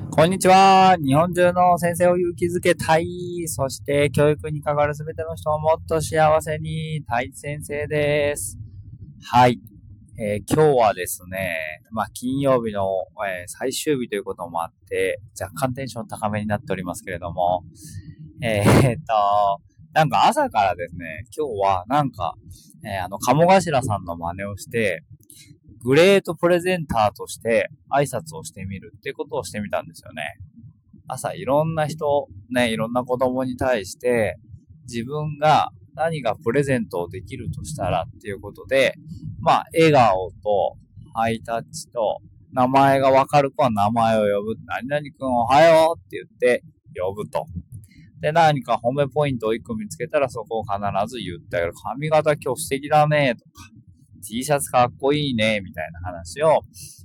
こんにちは。日本中の先生を勇気づけたい。そして教育に関わるすべての人をもっと幸せにたい先生です。はい。今日はですね、金曜日の、最終日ということもあって、若干テンション高めになっておりますけれども、なんか朝からですね、今日は鴨頭さんの真似をして、グレートプレゼンターとして挨拶をしてみるっていうことをしてみたんですよね。朝いろんな人、いろんな子供に対して自分が何がプレゼントをできるとしたらっていうことで、笑顔とハイタッチと名前がわかる子は名前を呼ぶ。何々くんおはようって言って呼ぶと。で、何か褒めポイントを一個見つけたらそこを必ず言ってあげる。髪型今日素敵だねとか、T シャツかっこいいねみたいな話を、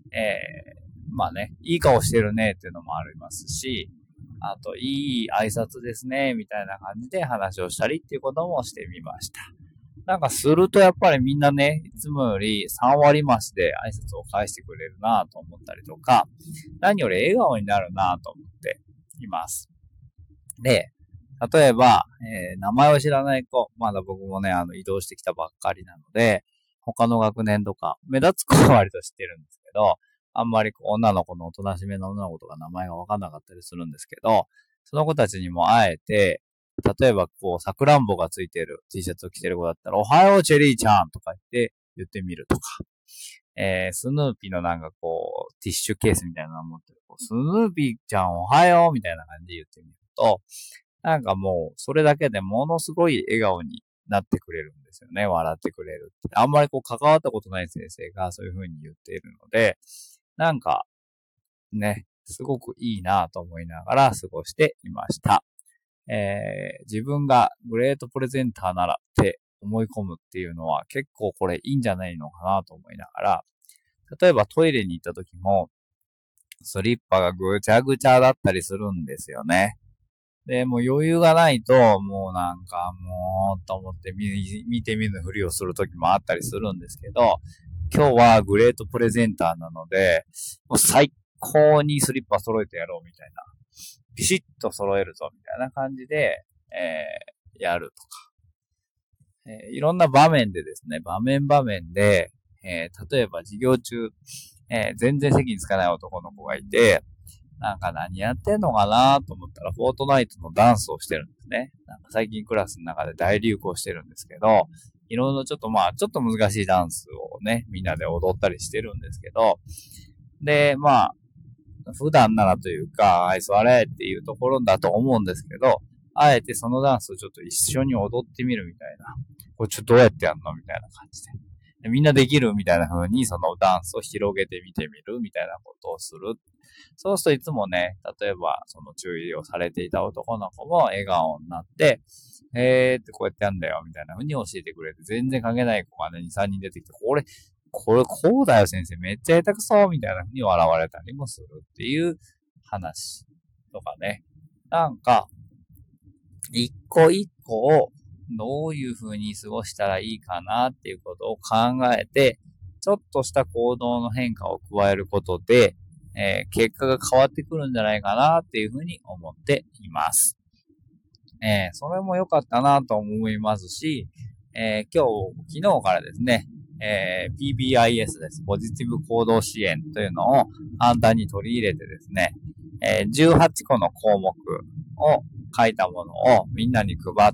いい顔してるねっていうのもありますし、あと、いい挨拶ですね、みたいな感じで話をしたりっていうこともしてみました。なんかするとやっぱりみんなね、いつもより3割増しで挨拶を返してくれるなと思ったりとか、何より笑顔になるなと思っています。で、例えば、名前を知らない子、まだ僕もね、移動してきたばっかりなので、他の学年とか、目立つ子は割と知ってるんですけど、あんまり女の子のおとなしめの女の子とか名前がわかんなかったりするんですけど、その子たちにもあえて、例えばさくらんぼがついてる T シャツを着てる子だったら、おはようチェリーちゃんとか言ってみるとか、スヌーピーのティッシュケースみたいなのを持ってるスヌーピーちゃんおはようみたいな感じで言ってみると、なんかもう、それだけでものすごい笑顔になってくれるんですよね。笑ってくれるって。あんまり関わったことない先生がそういう風に言っているので、なんか、ね、すごくいいなと思いながら過ごしていました。自分がグレートプレゼンターならって思い込むっていうのは結構これいいんじゃないのかなと思いながら、例えばトイレに行った時も、スリッパがぐちゃぐちゃだったりするんですよね。で、もう余裕がないと、もうと思って見て見ぬふりをするときもあったりするんですけど、今日はグレートプレゼンターなので、もう最高にスリッパ揃えてやろうみたいな。ピシッと揃えるぞみたいな感じで、やるとか。いろんな場面でですね、場面で、例えば授業中、全然席につかない男の子がいて、なんか何やってんのかなと思ったら、フォートナイトのダンスをしてるんですね。なんか最近クラスの中で大流行してるんですけど、いろいろちょっと難しいダンスをね、みんなで踊ったりしてるんですけど、で、普段ならというか、はい、座れっていうところだと思うんですけど、あえてそのダンスをちょっと一緒に踊ってみるみたいな。これちょっとどうやってやるのみたいな感じで。みんなできるみたいな風にそのダンスを広げてみてみるみたいなことをする。そうするといつもね、例えばその注意をされていた男の子も笑顔になって、ってこうやってやんだよみたいな風に教えてくれて、全然関係ない子がね、2、3人出てきて、これこうだよ先生、めっちゃ下手くそみたいな風に笑われたりもするっていう話とかね。なんか、一個一個をどういう風に過ごしたらいいかなっていうことを考えて、ちょっとした行動の変化を加えることで、結果が変わってくるんじゃないかなっていう風に思っています。それも良かったなと思いますし、昨日からですね、PBIS です。ポジティブ行動支援というのを簡単に取り入れてですね、18個の項目を書いたものをみんなに配って、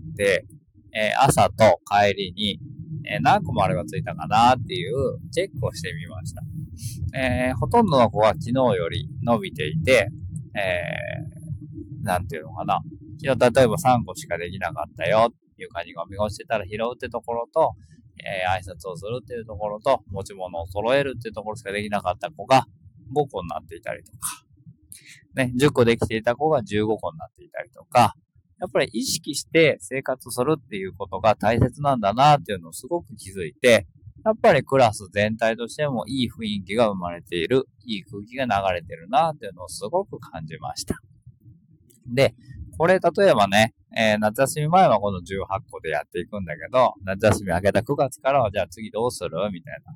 朝と帰りに、何個丸がついたかなっていうチェックをしてみました。ほとんどの子は昨日より伸びていて、なんていうのかな。昨日例えば3個しかできなかったよっていう感じが見越してたら拾うってところと、挨拶をするっていうところと、持ち物を揃えるっていうところしかできなかった子が5個になっていたりとか、ね、10個できていた子が15個になっていたりとか、やっぱり意識して生活するっていうことが大切なんだなっていうのをすごく気づいて、やっぱりクラス全体としてもいい雰囲気が生まれている、いい空気が流れてるなっていうのをすごく感じました。で、これ例えばね、夏休み前はこの18個でやっていくんだけど、夏休み明けた9月からはじゃあ次どうするみたいな。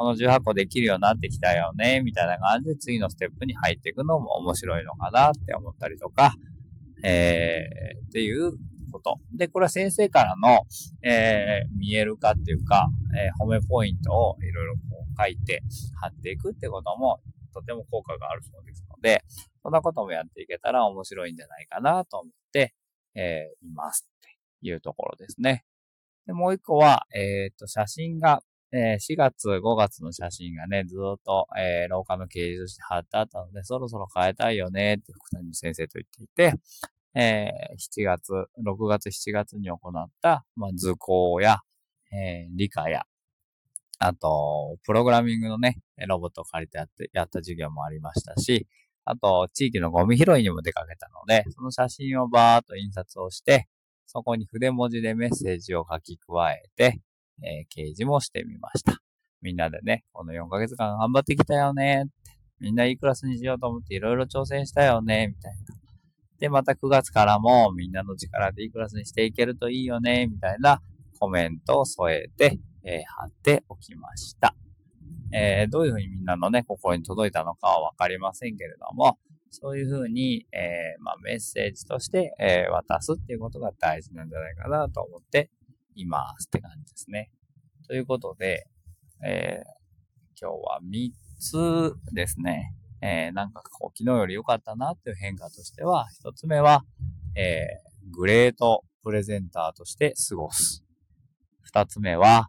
この18個できるようになってきたよね、みたいな感じで次のステップに入っていくのも面白いのかなって思ったりとか、っていうこと。で、これは先生からの、見える化っていうか、褒めポイントをいろいろこう書いて貼っていくってこともとても効果があるそうですので、そんなこともやっていけたら面白いんじゃないかなと思って、いますっていうところですね。で、もう一個は、写真が、4月、5月の写真がね、ずっと、廊下の掲示として貼ってあったので、そろそろ変えたいよねって福谷先生と言っていて、7月、6月、7月に行った、図工や、理科や、あと、プログラミングのね、ロボットを借りてやった授業もありましたし、あと、地域のゴミ拾いにも出かけたので、その写真をバーっと印刷をして、そこに筆文字でメッセージを書き加えて、掲示もしてみました。みんなでね、この4ヶ月間頑張ってきたよねって、みんないいクラスにしようと思っていろいろ挑戦したよね、みたいな。で、また9月からもみんなの力でいいクラスにしていけるといいよね、みたいなコメントを添えて、貼っておきました。どういうふうにみんなのね、心に届いたのかはわかりませんけれども、そういうふうに、メッセージとして、渡すっていうことが大事なんじゃないかなと思っていますって感じですね。ということで、今日は3つですね。なんかこう、昨日より良かったなっていう変化としては、1つ目は、グレートプレゼンターとして過ごす。2つ目は、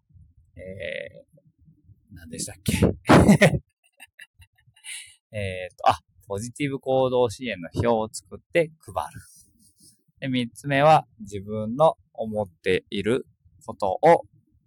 何でしたっけポジティブ行動支援の表を作って配る。で、3つ目は自分の思っていることを、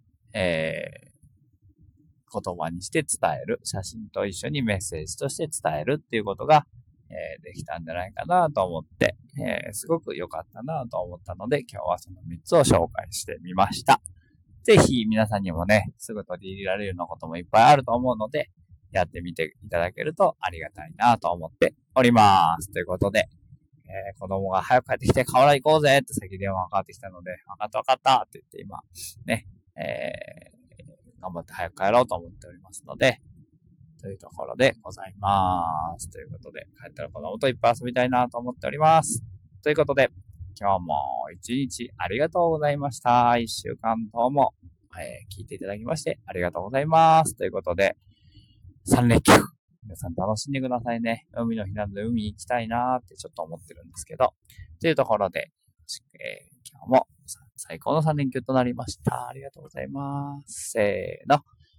言葉にして伝える。写真と一緒にメッセージとして伝えるっていうことが、できたんじゃないかなと思って、すごく良かったなと思ったので、今日はその3つを紹介してみました。ぜひ皆さんにもね、すぐ取り入れられるようなこともいっぱいあると思うので、やってみていただけるとありがたいなと思っております。ということで、子供が早く帰ってきて河原行こうぜって先電話がかかってきたので、わかったって言って今、ね、頑張って早く帰ろうと思っておりますので、というところでございます。ということで、帰ったら子供といっぱい遊びたいなと思っております。ということで、今日も一日ありがとうございました。一週間どうも、聞いていただきましてありがとうございます。ということで、3連休。皆さん楽しんでくださいね。海の日なので海行きたいなーってちょっと思ってるんですけど。というところで、今日も最高の3連休となりました。ありがとうございます。せーの。